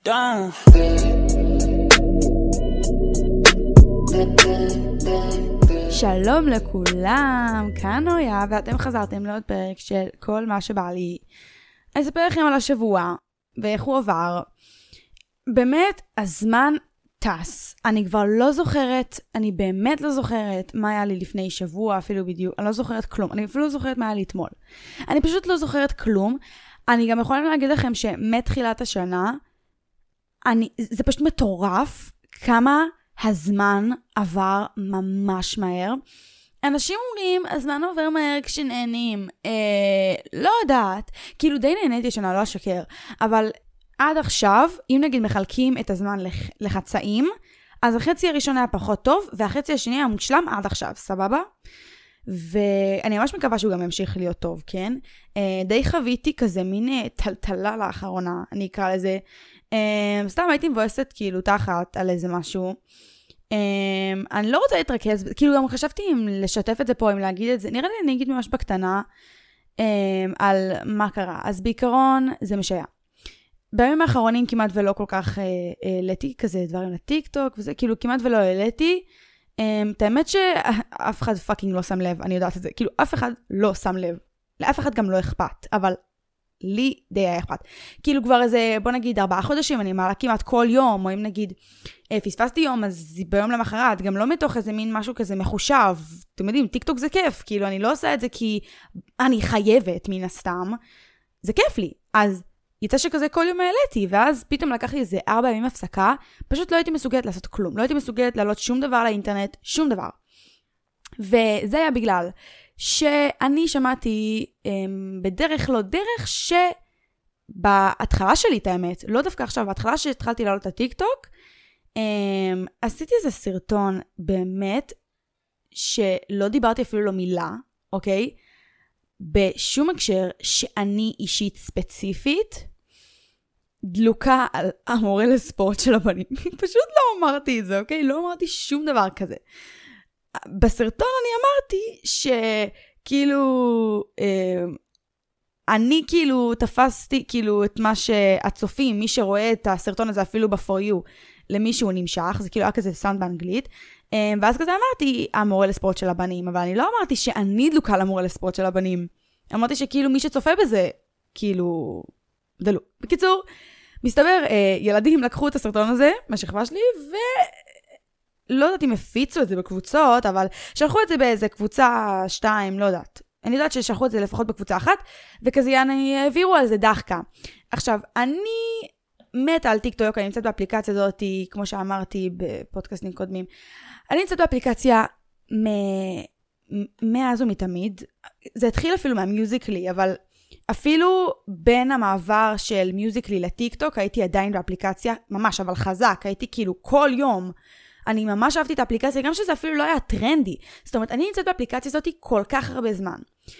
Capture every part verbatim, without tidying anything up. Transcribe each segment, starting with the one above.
שלום לכולם, כאן נויה, ואתם חזרתם לעוד פרק של כל מה שבא לי. אני אספר לכם על השבוע, ואיך הוא עבר. באמת, הזמן טס. אני כבר לא זוכרת, אני באמת לא זוכרת מה היה לי לפני שבוע, אפילו בדיוק. אני לא זוכרת כלום. אני אפילו לא זוכרת מה היה לי אתמול. אני פשוט לא זוכרת כלום. אני גם יכולה להגיד לכם שמתחילת השנה, אני, זה פשוט מטורף כמה הזמן עבר ממש מהר. אנשים אומרים, הזמן עובר מהר כשנהנים. אה, לא יודעת. כאילו די נהניתי השנה, לא אשקר. אבל עד עכשיו, אם נגיד מחלקים את הזמן לח, לחצאים, אז החצי הראשון היה פחות טוב, והחצי השני היה מושלם עד עכשיו, סבבה? ואני ממש מקווה שהוא גם ימשיך להיות טוב, כן? אה, די חוויתי כזה מין טלטלה לאחרונה, אני אקרא לזה. אה, סתם הייתי מבואסת כאילו תחת על איזה משהו. Um, אני לא רוצה להתרכז, כאילו גם חשבתי אם לשתף את זה פה, אם להגיד את זה, נראה לי אני אגיד ממש בקטנה um, על מה קרה. אז בעיקרון זה משהיה. בימים האחרונים כמעט ולא כל כך העליתי uh, כזה דברים לטיק טוק, וזה כאילו כמעט ולא העליתי. Um, את האמת שאף אחד פאקינג לא שם לב, אני יודעת את זה, כאילו אף אחד לא שם לב, לאף אחד גם לא אכפת, אבל לי די היה אכפת. כאילו כבר איזה, בוא נגיד, ארבעה חודשים, אני מעלה כמעט כל יום, או אם נגיד, פספסתי יום, אז ביום למחרת, גם לא מתוך איזה מין משהו כזה מחושב. אתם יודעים, טיק טוק זה כיף, כאילו אני לא עושה את זה כי אני חייבת מן הסתם. זה כיף לי. אז יצא שכזה כל יום העליתי, ואז פתאום לקח לי איזה ארבע ימים הפסקה, פשוט לא הייתי מסוגלת לעשות כלום. לא הייתי מסוגלת לעלות שום דבר לאינטרנט, שום דבר. וזה היה בגלל שאני שמעתי אמ, בדרך לא דרך שבהתחלה שלי, את האמת, לא דווקא עכשיו, בהתחלה שהתחלתי לעלות את הטיק טוק, אמ, עשיתי איזה סרטון באמת שלא דיברתי אפילו לא מילה, אוקיי? בשום הקשר שאני אישית ספציפית דלוקה על המורה לספורט של הבנים. פשוט לא אמרתי את זה, אוקיי? לא אמרתי שום דבר כזה. בסרטון אני אמרתי שכאילו אה, אני כאילו תפסתי כאילו את מה שהצופים, מי שרואה את הסרטון הזה אפילו ב-פור יו, למישהו נמשך, זה כאילו היה כזה סאונד באנגלית, אה, ואז כזה אמרתי המורה לספורט של הבנים, אבל אני לא אמרתי שאני דלוקה למורה לספורט של הבנים, אמרתי שכאילו מי שצופה בזה, כאילו, דלו. בקיצור, מסתבר, אה, ילדים לקחו את הסרטון הזה, מהשכבה שלי, ו... לא יודעת אם הפיצו את זה בקבוצות, אבל שלחו את זה באיזה קבוצה שתיים, לא יודעת. אני יודעת ששלחו את זה לפחות בקבוצה אחת, וכזה יעני העבירו על זה דחקה. עכשיו, אני מתה על טיק טוק, אני נמצאת באפליקציה הזאת, כמו שאמרתי בפודקאסטים קודמים, אני נמצאת באפליקציה מ- מאז ומתמיד. זה התחיל אפילו מהמיוזיקלי, אבל אפילו בין המעבר של מיוזיקלי לטיק טוק, הייתי עדיין באפליקציה, ממש, אבל חזק, הייתי כאילו כל יום, אני ממש אהבתי את האפליקציה, גם שזה אפילו לא היה טרנדי. זאת אומרת, אני נמצאת באפליקציה הזאת כל כך הרבה זמן.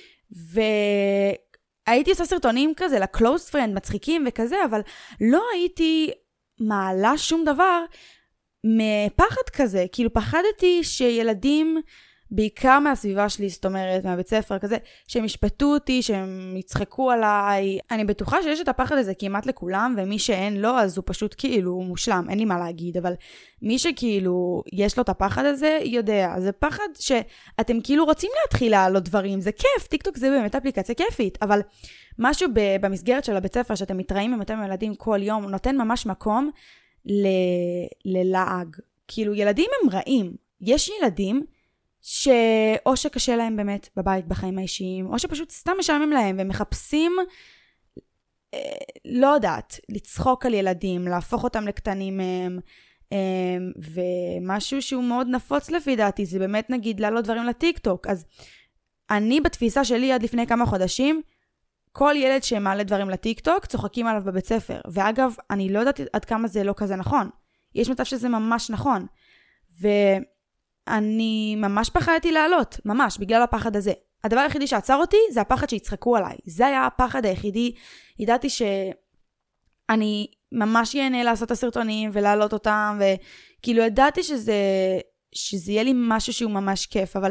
והייתי עושה סרטונים כזה, ל-close friend, מצחיקים וכזה, אבל לא הייתי מעלה שום דבר מפחד כזה. כאילו פחדתי שילדים, בעיקר מהסביבה שלי, זאת אומרת, מהבית ספר כזה, שהם ישפטו אותי, שהם יצחקו עליי. אני בטוחה שיש את הפחד הזה כמעט לכולם, ומי שאין לו, אז הוא פשוט כאילו מושלם, אין לי מה להגיד, אבל מי שכאילו יש לו את הפחד הזה, יודע, זה פחד שאתם כאילו רוצים להתחיל לעלות דברים, זה כיף, טיק טוק זה באמת אפליקציה כיפית, אבל משהו במסגרת של הבית ספר, שאתם מתראים עם אותם ילדים כל יום, נותן ממש מקום ל- ללעג. כאילו ילדים הם רעים, יש ילדים שאו שקשה להם באמת בבית בחיים האישיים, או שפשוט סתם משלמים להם, והם מחפשים, אה, לא יודעת, לצחוק על ילדים, להפוך אותם לקטנים מהם, אה, ומשהו שהוא מאוד נפוץ לפי דעתי, זה באמת נגיד לעלות דברים לטיק טוק. אז אני בתפיסה שלי עד לפני כמה חודשים, כל ילד שמעלה דברים לטיק טוק, צוחקים עליו בבית ספר. ואגב, אני לא יודעת עד כמה זה לא כזה נכון. יש מצב שזה ממש נכון. ו... אני ממש פחדתי לעלות, ממש, בגלל הפחד הזה. הדבר היחידי שעצר אותי זה הפחד שיצחקו עליי. זה היה הפחד היחידי. ידעתי שאני ממש ייהנה לעשות את הסרטונים ולעלות אותם, וכאילו ידעתי שזה, שזה יהיה לי משהו שהוא ממש כיף, אבל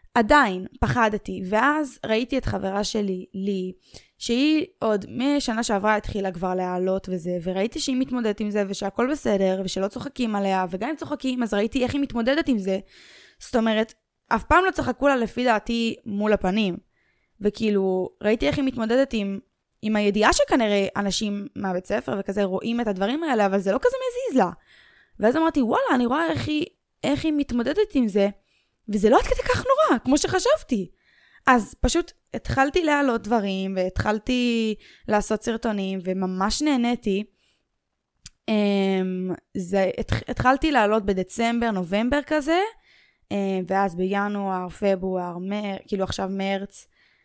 עדיין פחדתי, ואז ראיתי את חברה שלי, לי, שהיא עוד משנה שעברה התחילה כבר להעלות וזה, וראיתי שהיא מתמודדת עם זה, ושהכל בסדר, ושלא צוחקים עליה, וגם אם צוחקים, אז ראיתי איך היא מתמודדת עם זה. זאת אומרת, אף פעם לא צחקו לה לפי דעתי מול הפנים. וכאילו, ראיתי איך היא מתמודדת עם, עם הידיעה שכנראה אנשים מהבית ספר וכזה רואים את הדברים האלה, אבל זה לא כזה מזיז לה. ואז אמרתי, וואלה, אני רואה איך היא, איך היא מתמודדת עם זה, וזה לא עד כדי כך נורא, כמו שחשבתי. אז פשוט התחלתי להעלות דברים, והתחלתי לעשות סרטונים, וממש נהניתי. זה, התחלתי להעלות בדצמבר, נובמבר כזה, ואז בינואר, פברואר, מר, כאילו עכשיו מרץ,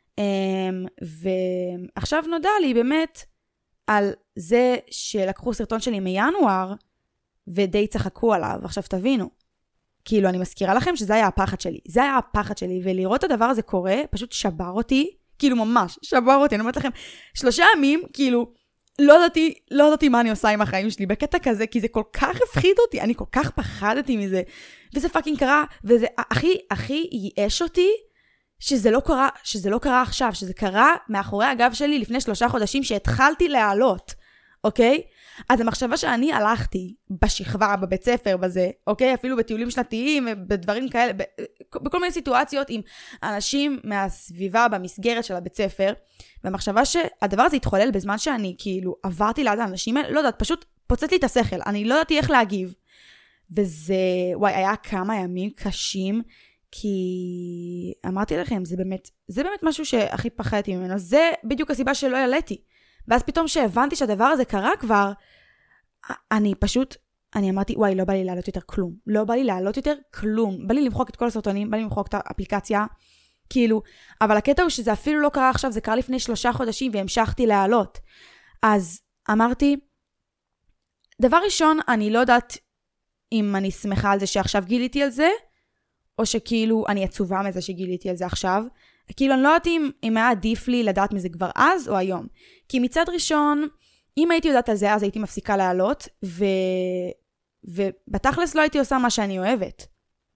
ועכשיו נודע לי באמת על זה שלקחו סרטון שלי מינואר, ודי צחקו עליו. עכשיו תבינו, כאילו אני מזכירה לכם שזה היה הפחד שלי, זה היה הפחד שלי, ולראות את הדבר הזה קורה, פשוט שבר אותי, כאילו ממש, שבר אותי, אני אומרת לכם, שלושה ימים, כאילו, לא ידעתי, לא ידעתי מה אני עושה עם החיים שלי, בקטע כזה, כי זה כל כך הפחיד אותי, אני כל כך פחדתי מזה, וזה פאקינג קרה, וזה הכי, הכי ייאש אותי, שזה לא קרה, שזה לא קרה עכשיו, שזה קרה מאחורי הגב שלי לפני שלושה חודשים שהתחלתי להעלות, אוקיי? אז המחשבה שאני הלכתי בשכבה, בבית ספר, בזה, אוקיי? אפילו בטיולים שנתיים, בדברים כאלה, בכל מיני סיטואציות עם אנשים מהסביבה במסגרת של הבית ספר, והמחשבה שהדבר הזה התחולל בזמן שאני כאילו עברתי ליד האנשים האלה, לא יודעת, פשוט פוצץ לי את השכל, אני לא ידעתי איך להגיב. וזה, וואי, היה כמה ימים קשים, כי אמרתי לכם, זה באמת, זה באמת משהו שהכי פחדתי ממנו, זה בדיוק הסיבה שלא ילדתי. ואז פתאום שהבנתי שהדבר הזה קרה כבר, אני פשוט, אני אמרתי, וואי, לא בא לי להעלות יותר כלום. לא בא לי להעלות יותר כלום. בא לי למחוק את כל הסרטונים, בא לי למחוק את האפליקציה, כאילו, אבל הקטע הוא שזה אפילו לא קרה עכשיו, זה קרה לפני שלושה חודשים, והמשכתי להעלות. אז אמרתי, דבר ראשון, אני לא יודעת אם אני שמחה על זה שעכשיו גיליתי על זה, או שכאילו אני עצובה מזה שגיליתי על זה עכשיו. כאילו אני לא יודעת אם, אם היה עדיף לי לדעת מזה כבר אז או היום. כי מצד ראשון, אם הייתי יודעת על זה, אז הייתי מפסיקה לעלות, ו... ובתכלס לא הייתי עושה מה שאני אוהבת.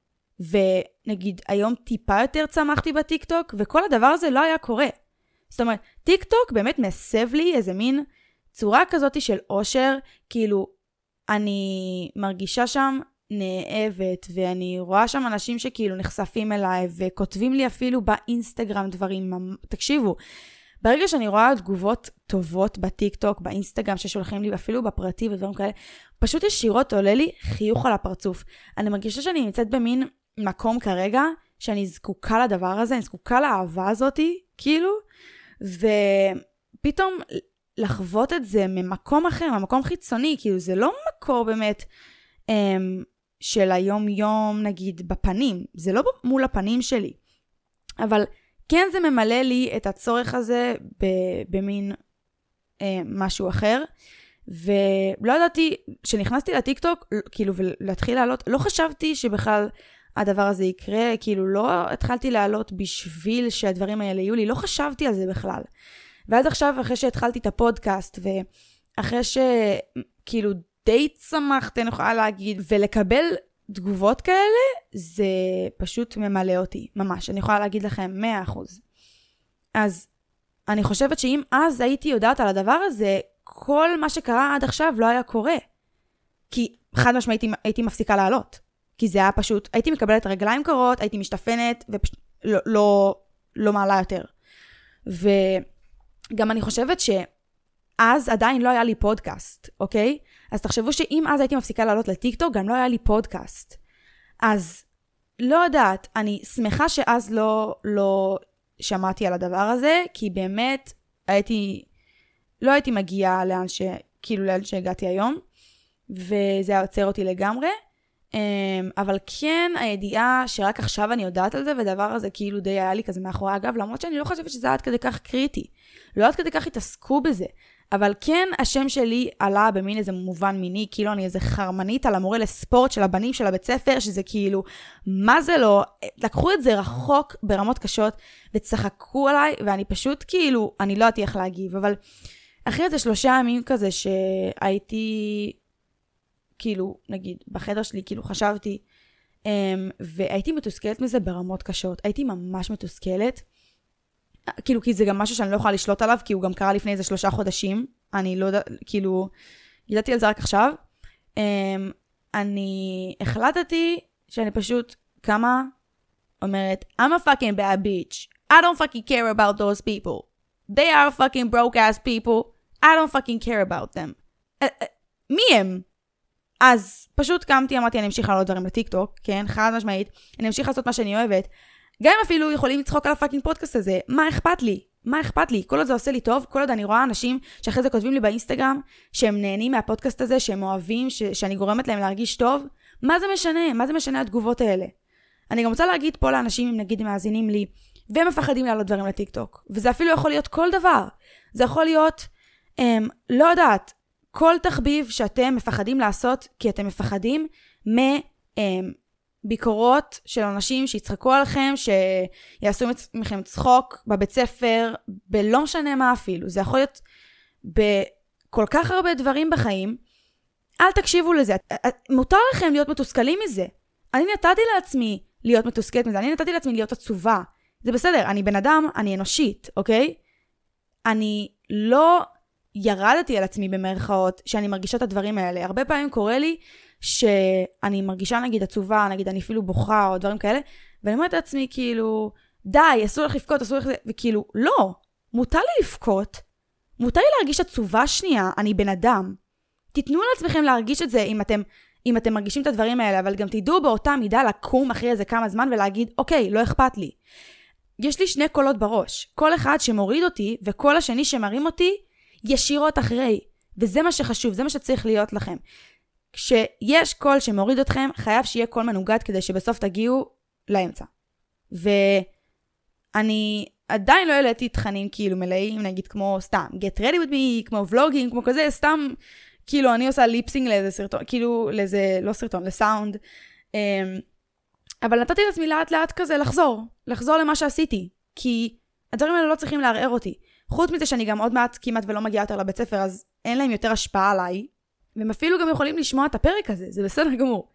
ונגיד, היום טיפה יותר צמחתי בטיקטוק, וכל הדבר הזה לא היה קורה. זאת אומרת, טיקטוק באמת מסב לי איזה מין צורה כזאת של אושר, כאילו, אני מרגישה שם נאהבת, ואני רואה שם אנשים שכאילו נחשפים אליי, וכותבים לי אפילו באינסטגרם דברים, תקשיבו, ברגע שאני רואה תגובות טובות בטיקטוק, באינסטגרם ששולחים לי, אפילו בפרטי ודברים כאלה, פשוט ישירות עולה לי חיוך על הפרצוף. אני מרגישה שאני נמצאת במין מקום כרגע, שאני זקוקה לדבר הזה, אני זקוקה לאהבה הזאת, כאילו, ופתאום לחוות את זה ממקום אחר, ממקום חיצוני, כאילו זה לא מקור באמת אמ, של היום יום, נגיד, בפנים, זה לא מול הפנים שלי, אבל כן זה ממלא לי את הצורך הזה במין אה, משהו אחר, ולא ידעתי, כשנכנסתי לטיקטוק, כאילו, ולהתחיל לעלות, לא חשבתי שבכלל הדבר הזה יקרה, כאילו, לא התחלתי לעלות בשביל שהדברים האלה יהיו לי, לא חשבתי על זה בכלל. ואז עכשיו, אחרי שהתחלתי את הפודקאסט, ואחרי שכאילו די צמחתי, אני יכולה להגיד, ולקבל תגובות כאלה, זה פשוט ממלא אותי, ממש. אני יכולה להגיד לכם מאה אחוז. אז אני חושבת שאם אז הייתי יודעת על הדבר הזה, כל מה שקרה עד עכשיו לא היה קורה. כי חד משמעית הייתי, הייתי מפסיקה לעלות. כי זה היה פשוט, הייתי מקבלת רגליים קרות, הייתי משתפנת, ופשוט לא, לא, לא מעלה יותר. וגם אני חושבת שאז עדיין לא היה לי פודקאסט, אוקיי? אז תחשבו שאם אז הייתי מפסיקה לעלות לטיקטוק, גם לא היה לי פודקאסט. אז לא יודעת, אני שמחה שאז לא, לא שמעתי על הדבר הזה, כי באמת הייתי, לא הייתי מגיעה לאן ש, כאילו לאן שהגעתי היום, וזה היה עוצר אותי לגמרי. אבל כן הידיעה שרק עכשיו אני יודעת על זה, ודבר הזה כאילו די היה לי כזה מאחורי אגב, למרות שאני לא חושבת שזה עד כדי כך קריטי. לא עד כדי כך התעסקו בזה. אבל כן השם שלי עלה במין איזה מובן מיני, כאילו אני איזה חרמנית על המורה לספורט של הבנים של הבית ספר, שזה כאילו, מה זה לא? לקחו את זה רחוק ברמות קשות, וצחקו עליי, ואני פשוט כאילו, אני לא יודעת איך להגיב, אבל אחרי איזה שלושה ימים כזה שהייתי, כאילו, נגיד, בחדר שלי, כאילו חשבתי, והייתי מתוסכלת מזה ברמות קשות. הייתי ממש מתוסכלת. כאילו, כי זה גם משהו שאני לא יכולה לשלוט עליו, כי הוא גם קרה לפני איזה שלושה חודשים. אני לא יודע, כאילו, ידעתי על זה רק עכשיו. אני החלטתי שאני פשוט כמה אומרת, I'm a fucking bad bitch. I don't fucking care about those people. They are fucking broke ass people. I don't fucking care about them. Uh, uh, מי הם? אז פשוט קמתי, אמרתי, אני אמשיך לעלות דברים לטיקטוק, כן? חד משמעית. אני אמשיך לעשות מה שאני אוהבת. גם אם אפילו יכולים לצחוק על הפאקינג פודקאסט הזה. מה אכפת לי? מה אכפת לי? כל עוד זה עושה לי טוב, כל עוד אני רואה אנשים שאחרי זה כותבים לי באינסטגרם, שהם נהנים מהפודקאסט הזה, שהם אוהבים, ש- שאני גורמת להם להרגיש טוב. מה זה משנה? מה זה משנה התגובות האלה? אני גם רוצה להגיד פה לאנשים, אם נגיד מאזינים לי, והם מפחדים לעלות דברים לטיקטוק. וזה אפילו יכול להיות כל דבר. זה יכול להיות, הם, לא יודעת, כל תחביב שאתם מפחדים לעשות, כי אתם מפחדים מביקורות של אנשים שיצחקו עליכם, שיעשו מכם צחוק בבית ספר, בלא משנה מה אפילו. זה יכול להיות בכל כך הרבה דברים בחיים. אל תקשיבו לזה. מותר לכם להיות מתוסכלים מזה. אני נתתי לעצמי להיות מתוסכלת מזה. אני נתתי לעצמי להיות עצובה. זה בסדר, אני בן אדם, אני אנושית, אוקיי? אני לא ירדתי על עצמי במרכאות שאני מרגישה את הדברים האלה. הרבה פעמים קורה לי שאני מרגישה נגיד עצובה, נגיד אני אפילו בוכה או דברים כאלה, ואני אומרת לעצמי כאילו, די, אסור לך לבכות, אסור לך זה, וכאילו, לא, מותר לי לבכות, מותר לי להרגיש עצובה שנייה, אני בן אדם. תתנו לעצמכם להרגיש את זה אם אתם, אם אתם מרגישים את הדברים האלה, אבל גם תדעו באותה מידה לקום אחרי איזה כמה זמן ולהגיד, אוקיי, לא אכפת לי. יש לי שני קולות בראש, כל אחד שמוריד אותי וכל השני שמרים אותי ישירות אחרי, וזה מה שחשוב, זה מה שצריך להיות לכם. כשיש קול שמוריד אתכם, חייב שיהיה קול מנוגד כדי שבסוף תגיעו לאמצע. ואני עדיין לא העליתי תכנים כאילו מלאים, נגיד כמו סתם get ready with me, כמו ולוגים, כמו כזה, סתם כאילו אני עושה ליפסינג לאיזה סרטון, כאילו לאיזה, לא סרטון, לסאונד. אבל נתתי לעצמי לאט לאט כזה לחזור, לחזור למה שעשיתי, כי הדברים האלה לא צריכים לערער אותי. חוץ מזה שאני גם עוד מעט כמעט ולא מגיעה יותר לבית ספר, אז אין להם יותר השפעה עליי, והם אפילו גם יכולים לשמוע את הפרק הזה, זה בסדר גמור.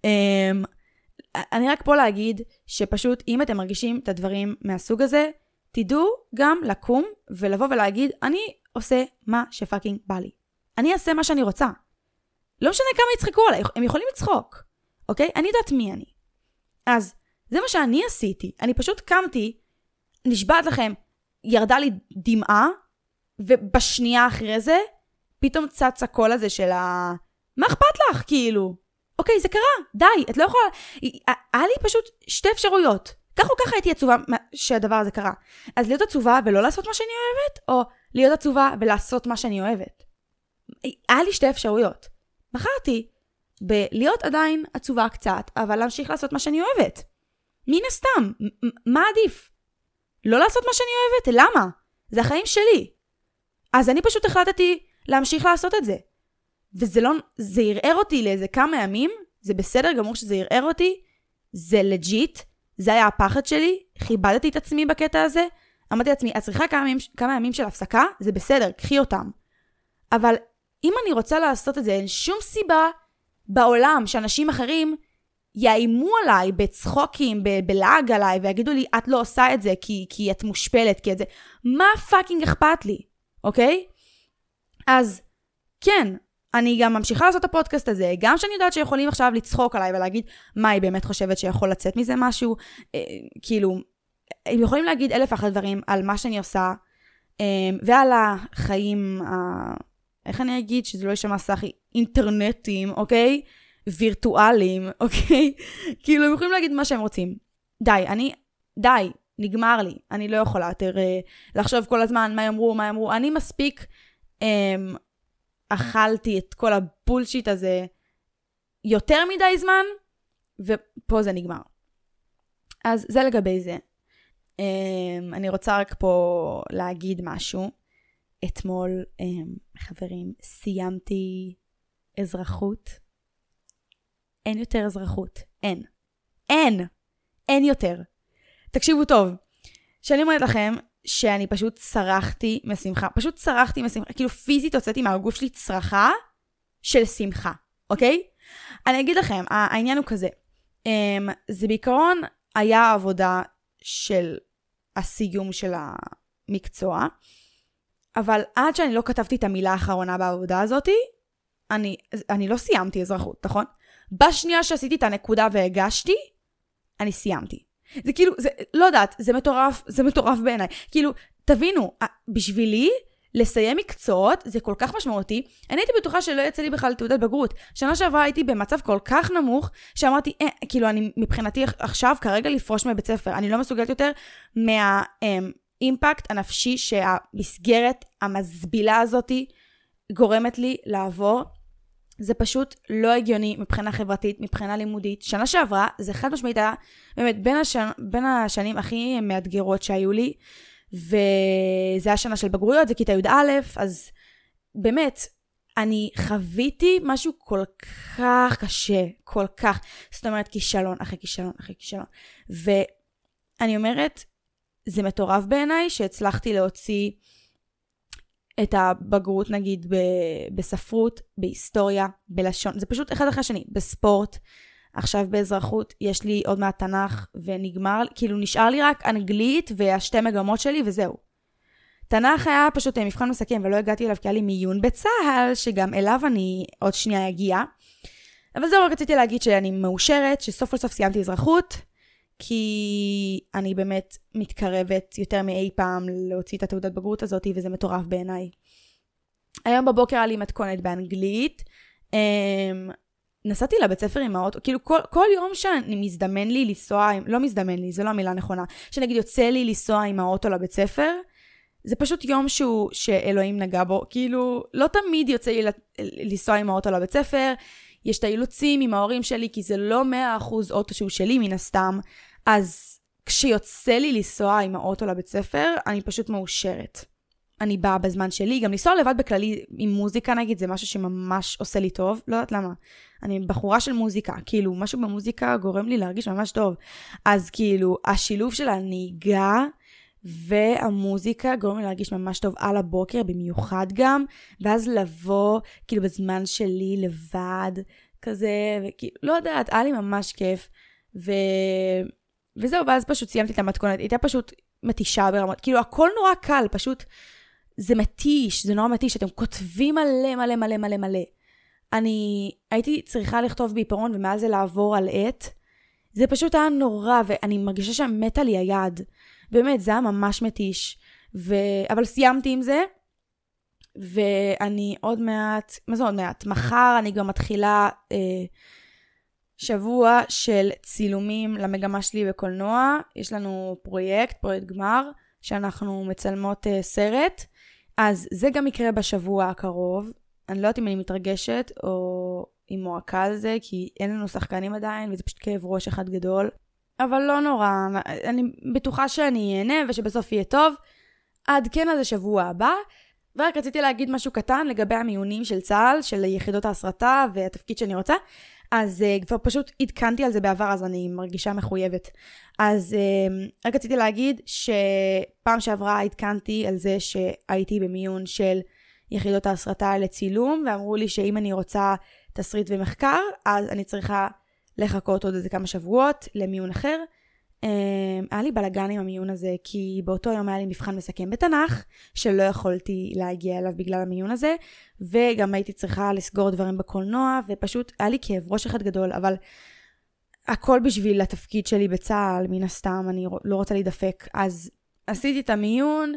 אני רק פה להגיד שפשוט אם אתם מרגישים את הדברים מהסוג הזה, תדעו גם לקום ולבוא ולהגיד, אני עושה מה שפאקינג בא לי. אני אעשה מה שאני רוצה. לא משנה כמה יצחקו עליי, הם יכולים לצחוק, אוקיי? אני יודעת מי אני. אז זה מה שאני עשיתי. אני פשוט קמתי, נשבעת לכם, ירדה לי דמעה, ובשנייה אחרי זה, פתאום צץ הקול הזה של ה... מה אכפת לך, כאילו? אוקיי, זה קרה, די, את לא יכולה... היה לי פשוט שתי אפשרויות. כך או ככה הייתי עצובה שהדבר הזה קרה. אז להיות עצובה ולא לעשות מה שאני אוהבת, או להיות עצובה ולעשות מה שאני אוהבת. היה לי שתי אפשרויות. בחרתי בלהיות עדיין עצובה קצת, אבל להמשיך לעשות מה שאני אוהבת. מן הסתם, מה עדיף? לא לעשות מה שאני אוהבת? למה? זה החיים שלי. אז אני פשוט החלטתי להמשיך לעשות את זה. וזה לא, זה ירער אותי לאיזה כמה ימים, זה בסדר גמור שזה ירער אותי, זה לג'יט, זה היה הפחד שלי, חיבדתי את עצמי בקטע הזה, אמרתי לעצמי, את צריכה כמה ימים, כמה ימים של הפסקה, זה בסדר, קחי אותם. אבל אם אני רוצה לעשות את זה, אין שום סיבה בעולם שאנשים אחרים יאיימו עליי בצחוקים, ב- בלעג עליי, ויגידו לי, את לא עושה את זה כי, כי את מושפלת, כי את זה. מה פאקינג אכפת לי? אוקיי? אז כן, אני גם ממשיכה לעשות את הפודקאסט הזה, גם שאני יודעת שיכולים עכשיו לצחוק עליי ולהגיד, מה היא באמת חושבת שיכול לצאת מזה משהו, אה, כאילו, הם יכולים להגיד אלף אחת דברים על מה שאני עושה, אה, ועל החיים, אה, איך אני אגיד שזה לא ישמע סחי, אינטרנטיים, אוקיי? וירטואליים, אוקיי? כאילו, הם יכולים להגיד מה שהם רוצים. די, אני, די, נגמר לי. אני לא יכולה יותר אה, לחשוב כל הזמן מה יאמרו, מה יאמרו. אני מספיק אה, אכלתי את כל הבולשיט הזה יותר מדי זמן, ופה זה נגמר. אז זה לגבי זה. אה, אני רוצה רק פה להגיד משהו. אתמול, אה, חברים, סיימתי אזרחות. אין יותר אזרחות. אין. אין. אין יותר. תקשיבו טוב. שאני אומרת לכם שאני פשוט צרחתי משמחה. פשוט צרחתי משמחה. כאילו פיזית הוצאתי מהגוף שלי צרחה של שמחה. אוקיי? אני אגיד לכם, העניין הוא כזה. זה בעיקרון היה עבודה של הסיום של המקצוע, אבל עד שאני לא כתבתי את המילה האחרונה בעבודה הזאת, אני, אני לא סיימתי אזרחות, נכון? בשנייה שעשיתי את הנקודה והגשתי, אני סיימתי. זה כאילו, זה, לא יודעת, זה מטורף, זה מטורף בעיניי. כאילו, תבינו, בשבילי, לסיים מקצועות, זה כל כך משמעותי. אני הייתי בטוחה שלא יצא לי בכלל תעודת בגרות. שנה שעברה הייתי במצב כל כך נמוך, שאמרתי, אה, כאילו, אני מבחינתי עכשיו, כרגע לפרוש מבית ספר. אני לא מסוגלת יותר מהאימפקט הנפשי שהמסגרת המסבילה הזאת גורמת לי לעבור. זה פשוט לא הגיוני מבחינה חברתית, מבחינה לימודית. שנה שעברה, זה חד משמעית היה, באמת, בין, השנ... בין השנים הכי מאתגרות שהיו לי, וזה היה שנה של בגרויות, זה כיתה י' א', אז באמת, אני חוויתי משהו כל כך קשה, כל כך, זאת אומרת, כישלון אחרי כישלון אחרי כישלון. ואני אומרת, זה מטורף בעיניי, שהצלחתי להוציא את הבגרות, נגיד, ב- בספרות, בהיסטוריה, בלשון, זה פשוט אחד אחרי השני, בספורט, עכשיו באזרחות, יש לי עוד מעט תנ"ך, ונגמר, כאילו נשאר לי רק אנגלית, והשתי מגמות שלי, וזהו. תנ"ך היה פשוט מבחן מסכם, ולא הגעתי אליו, כי היה לי מיון בצהל, שגם אליו אני עוד שנייה אגיע. אבל זהו, רק רציתי להגיד שאני מאושרת, שסוף כל סוף סיימתי אזרחות, כי אני באמת מתקרבת יותר מאי פעם להוציא את התעודת בגרות הזאת, וזה מטורף בעיניי. היום בבוקר היה לי מתכונת באנגלית, נסעתי לבית ספר עם האוטו, כאילו כל, כל יום שאני מזדמן לי לנסוע, לא מזדמן לי, זו לא המילה נכונה, שנגיד יוצא לי לנסוע עם האוטו לבית ספר, זה פשוט יום שהוא, שאלוהים נגע בו, כאילו לא תמיד יוצא לי לנסוע עם האוטו לבית ספר, יש את האילוצים עם ההורים שלי, כי זה לא מאה אחוז אוטו שהוא שלי מן הסתם, אז כשיוצא לי לנסוע עם האוטו לבית ספר, אני פשוט מאושרת. אני באה בזמן שלי, גם לנסוע לבד בכללי עם מוזיקה נגיד, זה משהו שממש עושה לי טוב, לא יודעת למה. אני בחורה של מוזיקה, כאילו משהו במוזיקה גורם לי להרגיש ממש טוב. אז כאילו השילוב של הנהיגה והמוזיקה גורם לי להרגיש ממש טוב על הבוקר, במיוחד גם, ואז לבוא כאילו בזמן שלי לבד, כזה, וכאילו, לא יודעת, היה לי ממש כיף, ו... וזהו, ואז פשוט סיימתי את המתכונת, הייתה פשוט מתישה ברמות, כאילו הכל נורא קל, פשוט זה מתיש, זה נורא מתיש, אתם כותבים מלא מלא מלא מלא מלא. אני הייתי צריכה לכתוב בעיפרון, ומאז זה לעבור על עט, זה פשוט היה נורא, ואני מרגישה שמתה לי היד, באמת, זה היה ממש מתיש, ו... אבל סיימתי עם זה, ואני עוד מעט, מה זה עוד מעט? מחר אני גם מתחילה אה, שבוע של צילומים למגמה שלי בקולנוע, יש לנו פרויקט, פרויקט גמר, שאנחנו מצלמות אה, סרט, אז זה גם יקרה בשבוע הקרוב, אני לא יודעת אם אני מתרגשת, או עם מועקה על זה, כי אין לנו שחקנים עדיין, וזה פשוט כאב ראש אחד גדול, אבל לא נורא, אני בטוחה שאני אהנה, ושבסוף יהיה טוב, עד כן עד השבוע הבא, ורק רציתי להגיד משהו קטן לגבי המיונים של צה"ל, של יחידות ההסרטה והתפקיד שאני רוצה, אז uh, כבר פשוט עדכנתי על זה בעבר, אז אני מרגישה מחויבת. אז uh, רק רציתי להגיד שפעם שעברה עדכנתי על זה שהייתי במיון של יחידות ההסרטה לצילום, ואמרו לי שאם אני רוצה תסריט ומחקר, אז אני צריכה לחכות עוד איזה כמה שבועות למיון אחר. היה לי בלגן עם המיון הזה, כי באותו יום היה לי מבחן מסכם בתנ"ך, שלא יכולתי להגיע אליו בגלל המיון הזה, וגם הייתי צריכה לסגור דברים בקולנוע, ופשוט היה לי כאב ראש אחד גדול, אבל הכל בשביל התפקיד שלי בצה"ל, מן הסתם, אני לא רוצה להידפק. אז עשיתי את המיון,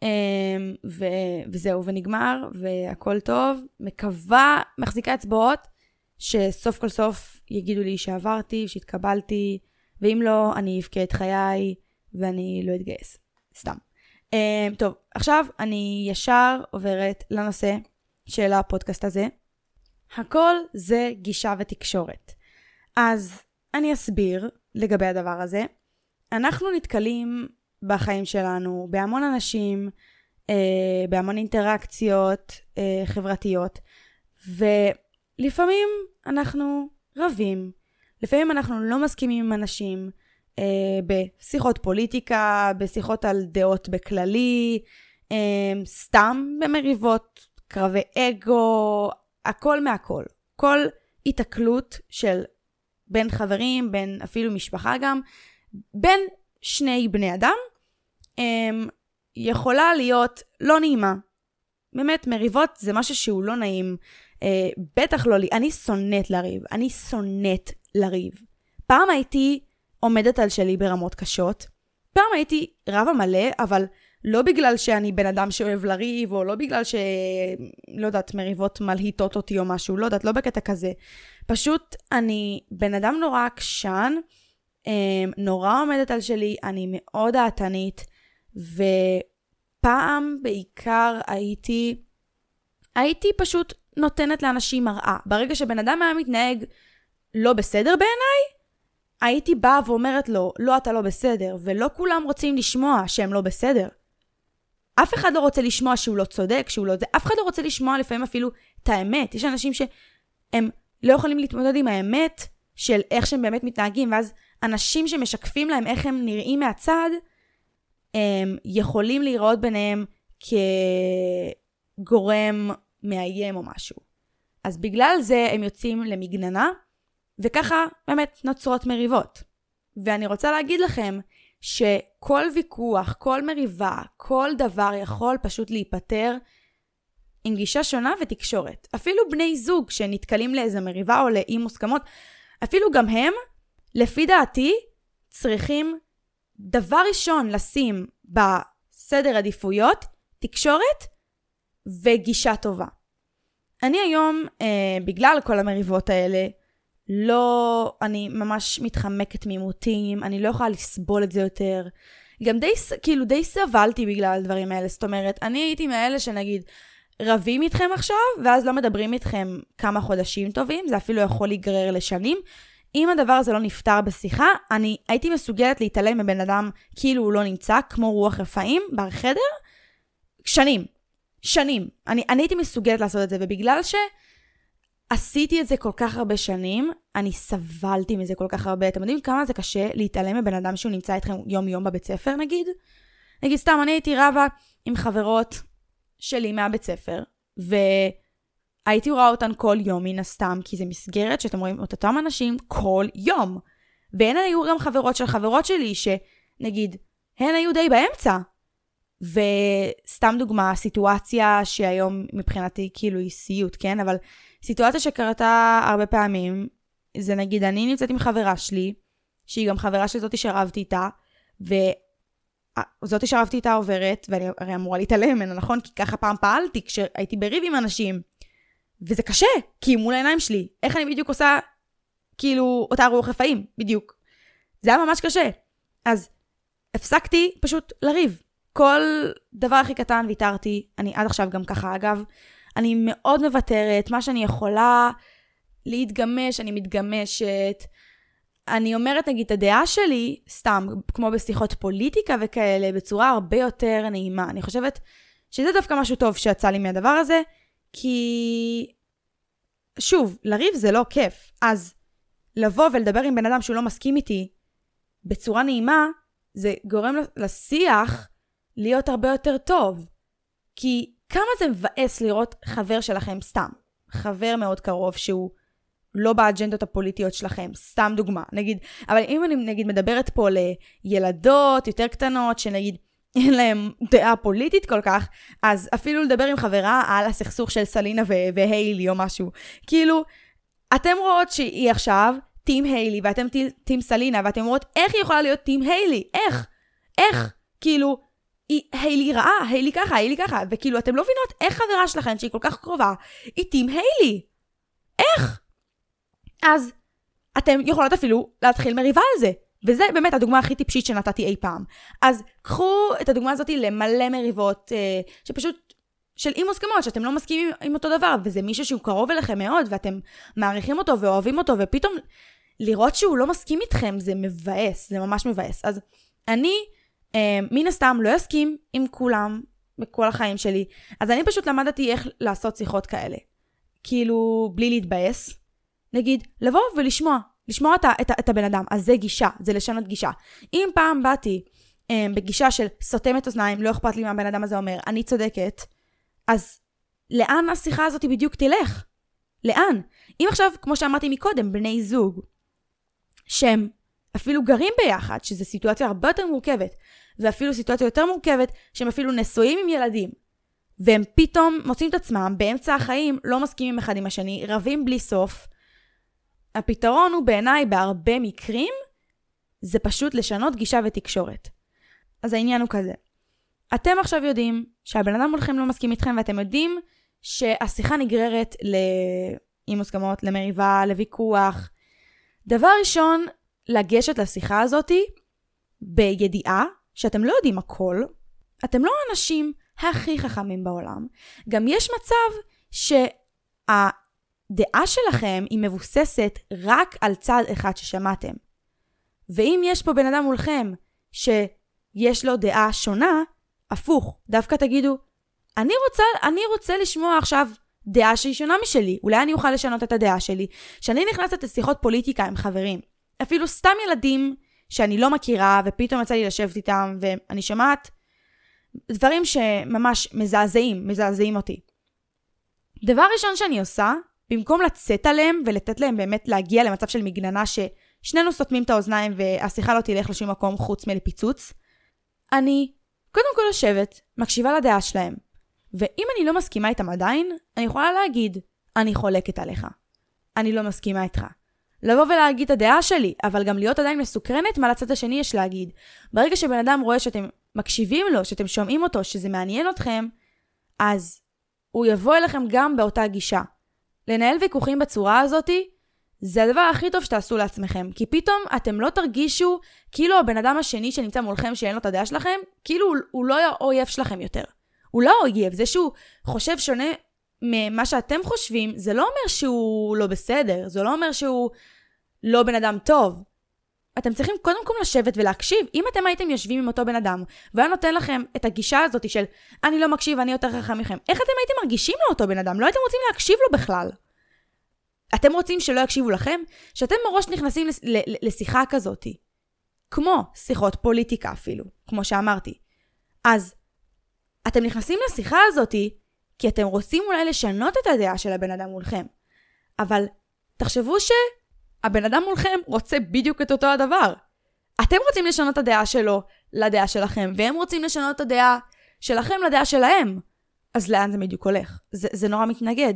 ו- וזהו, ונגמר, והכל טוב. מקווה, מחזיקה אצבעות, שסוף כל סוף יגידו לי שעברתי, שהתקבלתי, ואם לא, אני אבכה את חיי, ואני לא אתגייס. סתם. Um, טוב, עכשיו אני ישר עוברת לנושא של הפודקאסט הזה. הכל זה גישה ותקשורת. אז אני אסביר לגבי הדבר הזה. אנחנו נתקלים בחיים שלנו בהמון אנשים, אה, בהמון אינטראקציות אה, חברתיות, ולפעמים אנחנו רבים. לפעמים אנחנו לא מסכימים עם אנשים אה, בשיחות פוליטיקה, בשיחות על דעות בכללי, אה, סתם במריבות, קרבי אגו, הכל מהכל. כל התקלות של בין חברים, בין אפילו משפחה גם, בין שני בני אדם, יכולה להיות לא נעימה. באמת, מריבות זה משהו שהוא לא נעים. בטח לא לי. אני שונאת לריב. אני שונאת לריב. פעם הייתי עומדת על שלי ברמות קשות. פעם הייתי רבה מלא, אבל לא בגלל שאני בן אדם שאוהב לריב, או לא בגלל ש... לא יודעת, מריבות מלהיטות אותי או משהו. לא יודעת, לא בקטע כזה. פשוט אני בן אדם נורא עקשן, נורא עומדת על שלי, אני מאוד דעתנית, ופעם בעיקר הייתי, הייתי פשוט נותנת לאנשים מראה. ברגע שבן אדם היה מתנהג לא בסדר בעיניי, הייתי באה ואומרת לו, לא, אתה לא בסדר, ולא כולם רוצים לשמוע שהם לא בסדר. אף אחד לא רוצה לשמוע שהוא לא צודק, שהוא לא זה, אף אחד לא רוצה לשמוע לפעמים אפילו את האמת. יש אנשים שהם לא יכולים להתמודד עם האמת של איך שהם באמת מתנהגים, ואז אנשים שמשקפים להם איך הם נראים מהצד, הם יכולים לראות ביניהם כגורם מאיים או משהו. אז בגלל זה הם יוצאים למגננה, וככה באמת נוצרות מריבות. ואני רוצה להגיד לכם שכל ויכוח, כל מריבה, כל דבר יכול פשוט להיפטר עם גישה שונה ותקשורת. אפילו בני זוג שנתקלים לאיזה מריבה או לאי מוסכמות, אפילו גם הם, לפי דעתי, צריכים דבר ראשון לשים בסדר עדיפויות, תקשורת וגישה טובה. אני היום, אה, בגלל כל המריבות האלה, לא, אני ממש מתחמקת מימותים, אני לא יכולה לסבול את זה יותר. גם די, כאילו די סבלתי בגלל הדברים האלה, זאת אומרת, אני הייתי מאלה שנגיד, רבים איתכם עכשיו, ואז לא מדברים איתכם כמה חודשים טובים, זה אפילו יכול להיגרר לשנים. אם הדבר הזה לא נפתר בשיחה, אני הייתי מסוגלת להתעלם מבן אדם כאילו הוא לא נמצא, כמו רוח רפאים בחדר, שנים, שנים. אני, אני הייתי מסוגלת לעשות את זה, ובגלל שעשיתי את זה כל כך הרבה שנים, אני סבלתי מזה כל כך הרבה. אתם יודעים כמה זה קשה להתעלם מבן אדם שהוא נמצא איתכם יום יום בבית ספר, נגיד? נגיד סתם, אני הייתי רבה עם חברות שלי מהבית ספר, והייתי רואה אותן כל יום מן הסתם, כי זה מסגרת שאתם רואים את אותם אנשים כל יום. והן היו גם חברות של חברות שלי, שנגיד, הן היו די באמצע. וסתם דוגמה, סיטואציה שהיום מבחינתי כאילו היא סיוט, כן? אבל סיטואציה שקרתה הרבה פעמים, זה נגיד, אני נמצאת עם חברה שלי, שהיא גם חברה של זאתי שרבתי איתה, וזאתי שרבתי איתה עוברת, ואני הרי אמורה להתעלם ממנה, נכון? כי ככה פעם פעלתי כשהייתי בריב עם אנשים, וזה קשה, כי מול העיניים שלי, איך אני בדיוק עושה, כאילו, אותה רוח רפאים, בדיוק. זה היה ממש קשה. אז הפסקתי פשוט לריב. כל דבר הכי קטן ויתרתי, אני עד עכשיו גם ככה, אגב, אני מאוד מוותרת, מה שאני יכולה להתגמש, אני מתגמשת. אני אומרת, נגיד, את הדעה שלי, סתם, כמו בשיחות פוליטיקה וכאלה, בצורה הרבה יותר נעימה. אני חושבת שזה דווקא משהו טוב שיצא לי מהדבר הזה, כי, שוב, לריב זה לא כיף. אז לבוא ולדבר עם בן אדם שהוא לא מסכים איתי, בצורה נעימה, זה גורם לשיח להיות הרבה יותר טוב. כי כמה זה מבאס לראות חבר שלכם סתם. חבר מאוד קרוב שהוא לא באג'נדות הפוליטיות שלכם. סתם דוגמה. נגיד, אבל אם אני נגיד מדברת פה לילדות יותר קטנות, שנגיד אין להם דעה פוליטית כל כך, אז אפילו לדבר עם חברה על הסכסוך של סלינה והיילי או משהו. כאילו, אתם רואות שהיא עכשיו טים היילי ואתם טים סלינה, ואתם רואות איך היא יכולה להיות טים היילי. איך? איך? כאילו, היא, היילי רעה, היילי ככה, היילי ככה, וכאילו אתם לא מבינות איך חברה שלכם שהיא כל כך קרובה, היא טים היילי. איך? אז אתם יכולות אפילו להתחיל מריבה על זה. וזה באמת הדוגמה הכי טיפשית שנתתי אי פעם. אז קחו את הדוגמה הזאת למלא מריבות, אה, שפשוט של אי מוסכמות, שאתם לא מסכימים עם אותו דבר, וזה מישהו שהוא קרוב אליכם מאוד, ואתם מעריכים אותו ואוהבים אותו, ופתאום לראות שהוא לא מסכים איתכם, זה מבאס, זה ממש מבאס. אז אני, אה, מן הסתם, לא אסכים עם כולם, בכל החיים שלי, אז אני פשוט למדתי איך לעשות שיחות כאלה. כאילו, בלי להתבאס. נגיד, לבוא ולשמוע, לשמוע את, את, את הבן אדם, אז זה גישה, זה לשנות גישה. אם פעם באתי אה, בגישה של סותמת אוזניים, לא אכפת לי מה הבן אדם הזה אומר, אני צודקת, אז לאן השיחה הזאת בדיוק תלך? לאן? אם עכשיו, כמו שאמרתי מקודם, בני זוג, שהם אפילו גרים ביחד, שזו סיטואציה הרבה יותר מורכבת, ואפילו סיטואציה יותר מורכבת, שהם אפילו נשואים עם ילדים, והם פתאום מוצאים את עצמם באמצע החיים, לא מסכימים אחד עם השני, רבים בלי סוף. הפתרון הוא בעיניי בהרבה מקרים, זה פשוט לשנות גישה ותקשורת. אז העניין הוא כזה. אתם עכשיו יודעים שהבן אדם מולכם לא מסכים איתכם, ואתם יודעים שהשיחה נגררת עם מוסכמות, למריבה, לוויכוח. דבר ראשון, לגשת לשיחה הזאת בידיעה שאתם לא יודעים הכל. אתם לא האנשים הכי חכמים בעולם. גם יש מצב שהדעה שלכם היא מבוססת רק על צד אחד ששמעתם. ואם יש פה בן אדם מולכם שיש לו דעה שונה, הפוך, דווקא תגידו, אני רוצה, אני רוצה לשמוע עכשיו דעה שהיא שונה משלי. אולי אני אוכל לשנות את הדעה שלי. שאני נכנסת לשיחות פוליטיקה עם חברים, אפילו סתם ילדים שאני לא מכירה, ופתאום יצא לי לשבת איתם, ואני שומעת דברים שממש מזעזעים, מזעזעים אותי. דבר ראשון שאני עושה, במקום לצאת עליהם ולתת להם באמת להגיע למצב של מגננה ששנינו סותמים את האוזניים והשיחה לא תלך לשום מקום חוץ מלפיצוץ, אני קודם כל לשבת, מקשיבה לדעה שלהם. ואם אני לא מסכימה איתם עדיין, אני יכולה להגיד, אני חולקת עליך. אני לא מסכימה איתך. לבוא ולהגיד את הדעה שלי, אבל גם להיות עדיין מסוקרנת מה לצד השני יש להגיד. ברגע שבן אדם רואה שאתם מקשיבים לו, שאתם שומעים אותו, שזה מעניין אתכם, אז הוא יבוא אליכם גם באותה גישה. לנהל ויכוחים בצורה הזאת, זה הדבר הכי טוב שתעשו לעצמכם. כי פתאום אתם לא תרגישו כאילו הבן אדם השני שנמצא מולכם שאין לו את הדעה שלכם, כאילו הוא, הוא לא האויב שלכם יותר. הוא לא אויב, זה שהוא חושב שונה ממה שאתם חושבים, זה לא אומר שהוא לא בסדר, זה לא אומר שהוא לא בן אדם טוב. אתם צריכים קודם כל לשבת ולהקשיב. אם אתם הייתם יושבים עם אותו בן אדם, והיה נותן לכם את הגישה הזאת של אני לא מקשיב, אני יותר חכם מכם, איך אתם הייתם מרגישים לאותו בן אדם? לא הייתם רוצים להקשיב לו בכלל. אתם רוצים שלא יקשיבו לכם? שאתם מראש נכנסים לשיחה כזאת, כמו שיחות פוליטיקה אפילו, כמו שאמרתי. אז אתם נכנסים לשיחה הזאת כי אתם רוצים אולי לשנות את הדעה של הבן אדם מולכם. אבל תחשבו שהבן אדם מולכם רוצה בדיוק את אותו הדבר. אתם רוצים לשנות את הדעה שלו לדעה שלכם, והם רוצים לשנות את הדעה שלכם לדעה שלהם. אז לאן זה בדיוק הולך? זה, זה נורא מתנגד.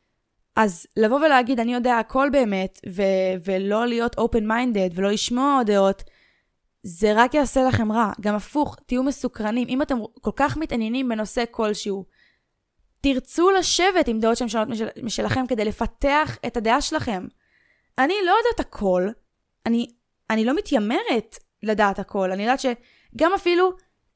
אז לבוא ולהגיד, אני יודע הכל באמת, ו- ולא להיות open-minded, ולא לשמוע דעות, זה רק יעשה לכם רע. גם הפוך, תהיו מסוקרנים. אם אתם כל כך מתעניינים בנושא כלשהו, תרצו לשבת עם דעות שהן שונות משל, משלכם, כדי לפתח את הדעה שלכם. אני לא יודעת הכל, אני, אני לא מתיימרת לדעת הכל. אני יודעת שגם אפילו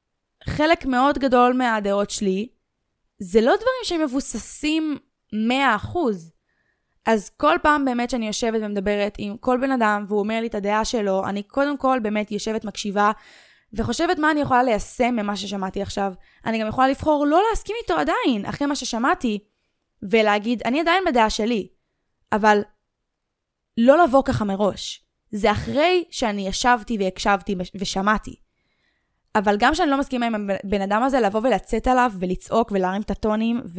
חלק מאוד גדול מהדעות שלי, זה לא דברים שהם מבוססים מאה אחוז. אז כל פעם באמת שאני יושבת ומדברת עם כל בן אדם, והוא אומר לי את הדעה שלו, אני קודם כל באמת יושבת מקשיבה, וחושבת מה אני יכולה ליישם ממה ששמעתי עכשיו. אני גם יכולה לבחור לא להסכים איתו עדיין, אחרי מה ששמעתי, ולהגיד, אני עדיין בדעה שלי. אבל לא לבוא ככה מראש. זה אחרי שאני ישבתי והקשבתי ושמעתי. אבל גם שאני לא מסכימה עם הבן אדם הזה, לבוא ולצאת עליו ולצעוק ולהרים את הטונים, ו...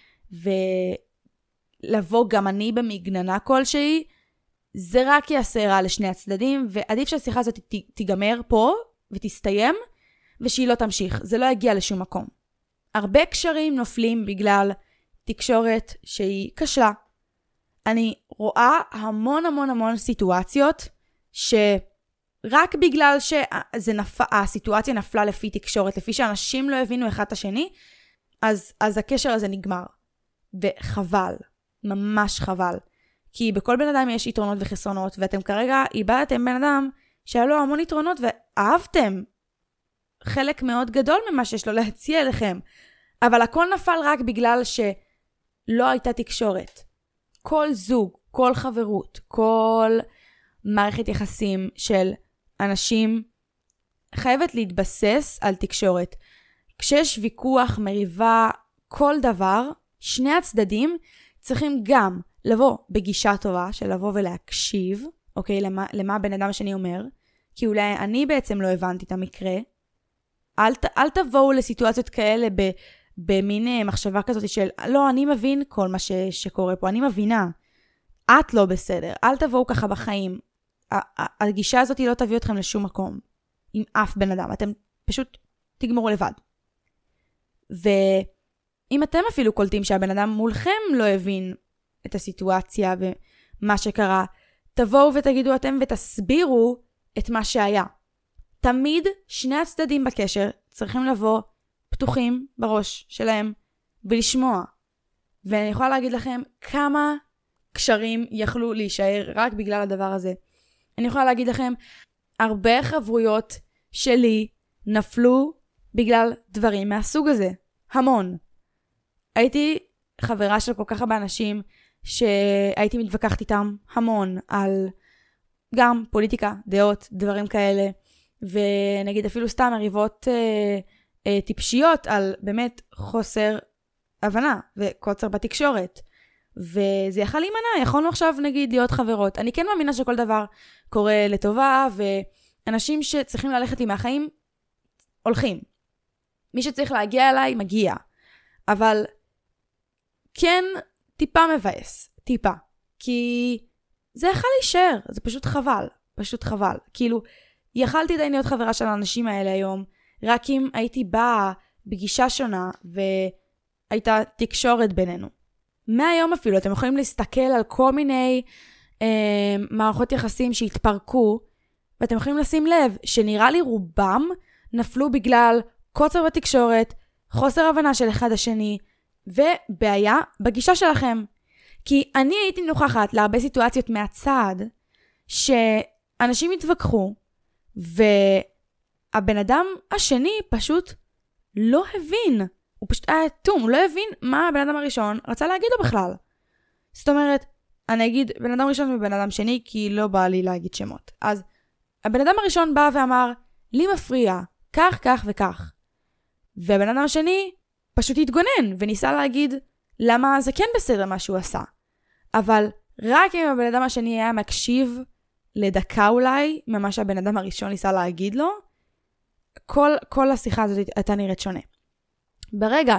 ולבוא גם אני במגננה כלשהי, זה רק יעשה רע לשני הצדדים, ועדיף שהשיחה הזאת תיגמר פה ותסתיים, ושהיא לא תמשיך. זה לא יגיע לשום מקום. הרבה קשרים נופלים בגלל תקשורת שהיא כשלה. אני רואה המון המון המון סיטואציות, שרק בגלל שהסיטואציה נפלה לפי תקשורת, לפי שאנשים לא הבינו אחד את השני, אז, אז הקשר הזה נגמר. וחבל, ממש חבל. כי בכל בן אדם יש יתרונות וחסרונות, ואתם כרגע איבדתם בן אדם שהיה לו המון יתרונות, ואהבתם חלק מאוד גדול ממה שיש לו להציע אליכם. אבל הכל נפל רק בגלל שלא הייתה תקשורת. כל זוג, כל חברות, כל מערכת יחסים של אנשים חייבת להתבסס על תקשורת. כשיש ויכוח, מריבה, כל דבר, שני הצדדים צריכים גם לבוא בגישה טובה של לבוא ולהקשיב, אוקיי, למה, למה הבן אדם השני אומר, כי אולי אני בעצם לא הבנתי את המקרה. אל, אל תבואו לסיטואציות כאלה ב, במין מחשבה כזאת של, לא, אני מבין כל מה ש, שקורה פה, אני מבינה. את לא בסדר, אל תבואו ככה בחיים. הגישה הזאת לא תביא אתכם לשום מקום, עם אף בן אדם, אתם פשוט תגמרו לבד. ואם אתם אפילו קולטים שהבן אדם מולכם לא הבין את הסיטואציה ומה שקרה, תבואו ותגידו אתם ותסבירו את מה שהיה. תמיד שני הצדדים בקשר צריכים לבוא פתוחים בראש שלהם ולשמוע. ואני יכולה להגיד לכם כמה קשרים יכלו להישאר רק בגלל הדבר הזה. אני יכולה להגיד לכם, הרבה חברויות שלי נפלו בגלל דברים מהסוג הזה. המון. הייתי חברה של כל כך הרבה אנשים שהייתי מתווכחת איתם המון על גם פוליטיקה, דעות, דברים כאלה. ונגיד אפילו סתם מריבות אה, אה, טיפשיות על באמת חוסר הבנה וקוצר בתקשורת. וזה יכל להימנע, יכולנו עכשיו נגיד להיות חברות. אני כן מאמינה שכל דבר קורה לטובה, ואנשים שצריכים ללכת לי מהחיים הולכים. מי שצריך להגיע אליי מגיע. אבל כן טיפה מבאס, טיפה. כי זה יכל להישאר, זה פשוט חבל, פשוט חבל. כאילו, יכלתי די להיות חברה של האנשים האלה היום, רק אם הייתי באה בגישה שונה והייתה תקשורת בינינו. מהיום אפילו אתם יכולים להסתכל על כל מיני אה, מערכות יחסים שהתפרקו, ואתם יכולים לשים לב שנראה לי רובם נפלו בגלל קוצר בתקשורת, חוסר הבנה של אחד השני, ובעיה בגישה שלכם. כי אני הייתי נוכחת להרבה סיטואציות מהצד, שאנשים התווכחו, והבן אדם השני פשוט לא הבין. הוא פשוט היה תום, הוא לא הבין מה הבן אדם הראשון רצה להגיד לו בכלל. זאת אומרת, אני אגיד בן אדם ראשון ובן אדם שני, כי לא בא לי להגיד שמות. אז הבן אדם הראשון בא ואמר, לי מפריע, כך, כך וכך. והבן אדם השני פשוט התגונן וניסה להגיד למה זה כן בסדר מה שהוא עשה. אבל רק אם הבן אדם השני היה מקשיב לדקה אולי, ממה שהבן אדם הראשון ניסה להגיד לו, כל, כל השיחה הזאת הייתה נראית שונה. ברגע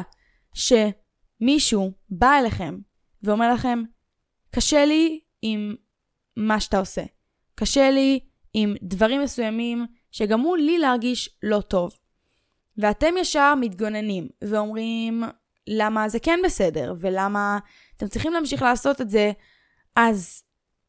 שמישהו בא אליכם ואומר לכם, קשה לי עם מה שאתה עושה. קשה לי עם דברים מסוימים שגמו לי להרגיש לא טוב. ואתם ישר מתגוננים ואומרים למה זה כן בסדר ולמה אתם צריכים להמשיך לעשות את זה, אז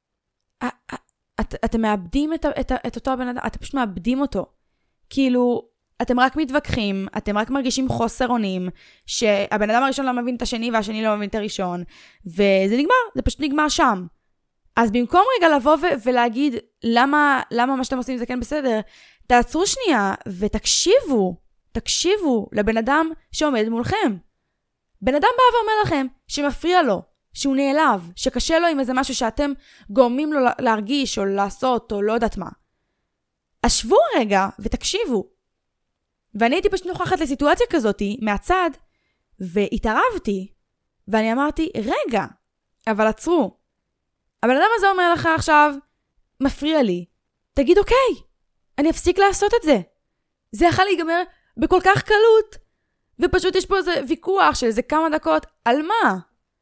את, את, אתם מאבדים את, את, את אותו הבן אדם, אתם פשוט מאבדים אותו. כאילו, אתם רק מתווכחים, אתם רק מרגישים חוסר אונים, שהבן אדם הראשון לא מבין את השני והשני לא מבין את הראשון, וזה נגמר, זה פשוט נגמר שם. אז במקום רגע לבוא ו- ולהגיד למה, למה מה שאתם עושים זה כן בסדר, תעצרו שנייה ותקשיבו, תקשיבו לבן אדם שעומד מולכם. בן אדם בא ואומר לכם שמפריע לו, שהוא נעלב, שקשה לו עם איזה משהו שאתם גורמים לו להרגיש או לעשות או לא יודעת מה. אז שבו רגע ותקשיבו. ואני הייתי פשוט נוכחת לסיטואציה כזאת מהצד, והתערבתי, ואני אמרתי, רגע, אבל עצרו. הבן אדם הזה אומר לך עכשיו, מפריע לי. תגיד אוקיי, אני אפסיק לעשות את זה. זה יכול להיגמר בכל כך קלות, ופשוט יש פה איזה ויכוח של איזה כמה דקות, על מה?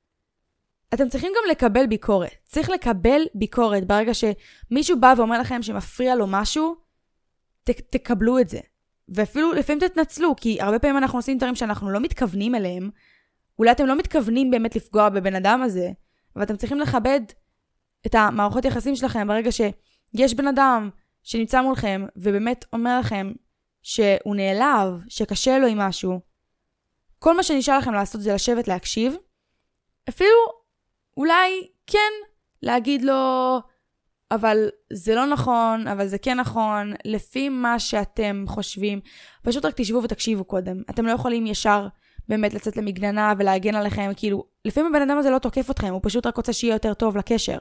אתם צריכים גם לקבל ביקורת. צריך לקבל ביקורת ברגע שמישהו בא ואומר לכם שמפריע לו משהו, ת, תקבלו את זה. ואפילו לפעמים תתנצלו, כי הרבה פעמים אנחנו עושים דברים שאנחנו לא מתכוונים אליהם, אולי אתם לא מתכוונים באמת לפגוע בבן אדם הזה, ואתם צריכים לכבד את המערכות יחסים שלכם ברגע שיש בן אדם שנמצא מולכם, ובאמת אומר לכם שהוא נעלב, שקשה לו עם משהו. כל מה שנשאר לכם לעשות זה לשבת להקשיב, אפילו אולי כן להגיד לו, אבל זה לא נכון, אבל זה כן נכון, לפי מה שאתם חושבים. פשוט רק תשבו ותקשיבו קודם. אתם לא יכולים ישר באמת לצאת למגננה ולהגן עליכם, כאילו, לפעמים הבן אדם הזה לא תוקף אתכם, הוא פשוט רק רוצה שיהיה יותר טוב לקשר.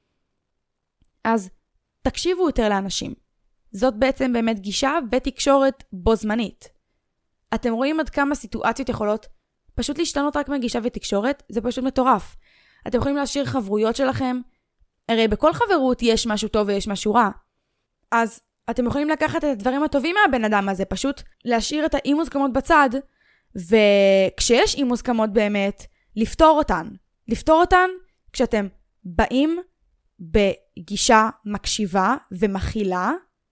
אז תקשיבו יותר לאנשים. זאת בעצם באמת גישה ותקשורת בו זמנית. אתם רואים עד כמה סיטואציות יכולות פשוט להשתנות רק מהגישה ותקשורת, זה פשוט מטורף. אתם יכולים להשאיר חברויות שלכם, הרי בכל חברות יש משהו טוב ויש משהו רע. אז אתם יכולים לקחת את הדברים הטובים מהבן אדם הזה, פשוט להשאיר את האי מוסכמות בצד, וכשיש אי מוסכמות באמת, לפתור אותן. לפתור אותן כשאתם באים בגישה מקשיבה ומכילה,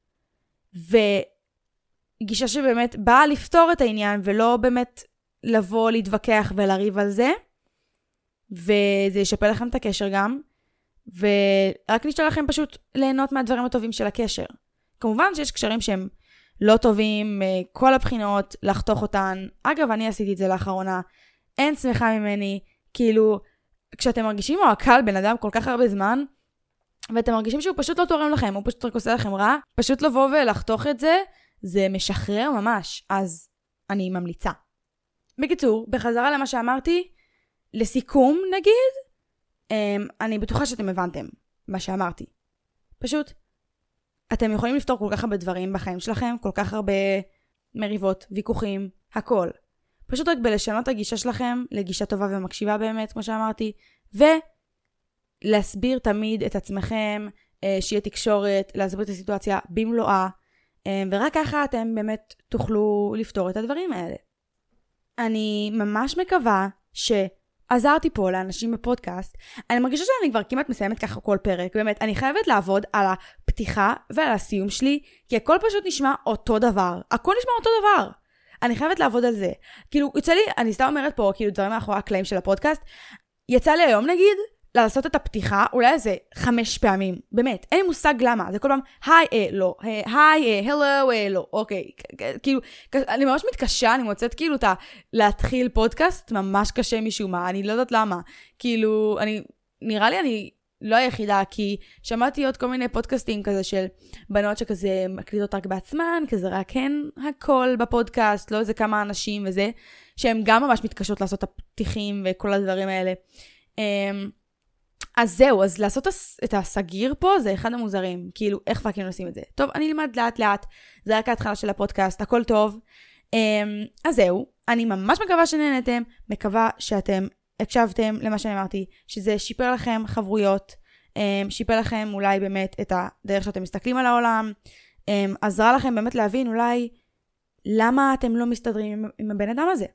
וגישה שבאמת באה לפתור את העניין, ולא באמת לבוא להתווכח ולריב על זה, וזה ישפר לכם את הקשר גם, ורק נשתל לכם פשוט ליהנות מהדברים הטובים של הקשר. כמובן שיש קשרים שהם לא טובים, כל הבחינות, לחתוך אותן. אגב, אני עשיתי את זה לאחרונה, אין שמחה ממני, כאילו, כשאתם מרגישים מועקל בן אדם כל כך הרבה זמן, ואתם מרגישים שהוא פשוט לא תורם לכם, הוא פשוט רק עושה לכם רע, פשוט לבוא ולחתוך את זה, זה משחרר ממש, אז אני ממליצה. בקיצור, בחזרה למה שאמרתי, לסיכום נגיד, אני בטוחה שאתם הבנתם מה שאמרתי. פשוט, אתם יכולים לפתור כל כך הרבה דברים בחיים שלכם, כל כך הרבה מריבות, ויכוחים, הכל. פשוט רק בלשנות את הגישה שלכם, לגישה טובה ומקשיבה באמת, כמו שאמרתי, ולהסביר תמיד את עצמכם, שיהיה תקשורת, להסביר את הסיטואציה במלואה, ורק ככה אתם באמת תוכלו לפתור את הדברים האלה. אני ממש מקווה שעזרתי פה לאנשים בפודקאסט. אני מרגישה שאני כבר כמעט מסיימת ככה כל פרק. באמת, אני חייבת לעבוד על הפתיחה ועל הסיום שלי, כי הכל פשוט נשמע אותו דבר. הכל נשמע אותו דבר. אני חייבת לעבוד על זה. כאילו, יוצא לי, אני סתם אומרת פה, כאילו, דברים מאחורי הקלעים של הפודקאסט, יצא לי היום, נגיד, לעשות את הפתיחה, אולי איזה חמש פעמים. באמת, אין לי מושג למה. זה כל פעם, היי, אה, לא, היי, אה, הלו, אה, לא, אוקיי. כאילו, אני ממש מתקשה, אני מוצאת כאילו את ה... להתחיל פודקאסט, ממש קשה משום מה, אני לא יודעת למה. כאילו, אני, נראה לי אני לא היחידה, כי שמעתי עוד כל מיני פודקאסטים כזה של בנות שכזה מקליטות רק בעצמן, כזה רק הן הכל בפודקאסט, לא איזה כמה אנשים וזה, שהם גם ממש מתקשות לעשות את הפתיחים וכל הדברים האלה. אז זהו, אז לעשות את הסגיר פה זה אחד המוזרים, כאילו איך פאקים עושים את זה. טוב, אני אלמד לאט לאט, זה רק ההתחלה של הפודקאסט, הכל טוב. אז זהו, אני ממש מקווה שנהנתם, מקווה שאתם הקשבתם למה שאני אמרתי, שזה שיפר לכם חברויות, שיפר לכם אולי באמת את הדרך שאתם מסתכלים על העולם, עזרה לכם באמת להבין אולי למה אתם לא מסתדרים עם הבן אדם הזה.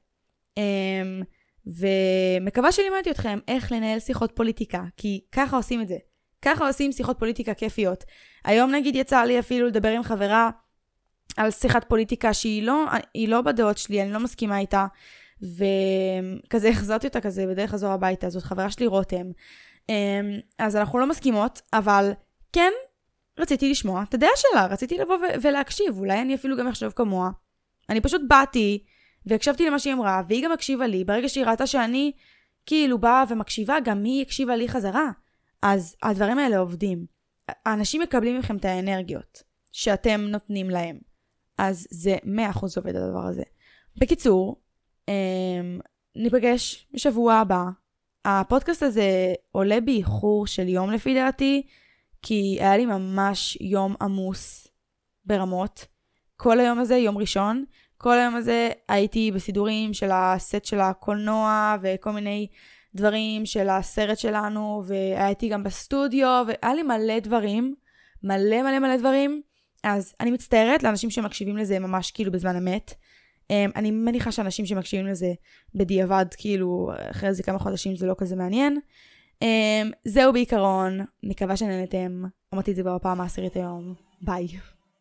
ומקווה שלימדתי אתכם איך לנהל שיחות פוליטיקה, כי ככה עושים את זה. ככה עושים שיחות פוליטיקה כיפיות. היום נגיד יצא לי אפילו לדבר עם חברה על שיחת פוליטיקה שהיא לא, היא לא בדעות שלי, אני לא מסכימה איתה, וכזה החזרתי אותה כזה בדרך חזור הביתה, זאת חברה שלי רותם. אז אנחנו לא מסכימות, אבל כן רציתי לשמוע את הדעה שלה, רציתי לבוא ו- ולהקשיב, אולי אני אפילו גם אחשוב כמוה. אני פשוט באתי, והקשבתי למה שהיא אמרה, והיא גם הקשיבה לי, ברגע שהיא ראתה שאני כאילו באה ומקשיבה, גם היא הקשיבה לי חזרה. אז הדברים האלה עובדים. האנשים מקבלים מכם את האנרגיות שאתם נותנים להם. אז זה מאה אחוז עובד הדבר הזה. בקיצור, ניפגש בשבוע הבא. הפודקאסט הזה עולה באיחור של יום לפי דעתי, כי היה לי ממש יום עמוס ברמות. כל היום הזה, יום ראשון, כל היום הזה הייתי בסידורים של הסט של הקולנוע וכל מיני דברים של הסרט שלנו, והייתי גם בסטודיו, והיה לי מלא דברים, מלא מלא מלא דברים. אז אני מצטערת לאנשים שמקשיבים לזה ממש כאילו בזמן אמת. אני מניחה שאנשים שמקשיבים לזה בדיעבד, כאילו אחרי זה כמה חודשים זה לא כזה מעניין. זהו בעיקרון, מקווה שנהנתם. אמרתי את זה בפעם העשירית היום. ביי.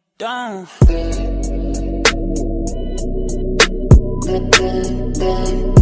Done.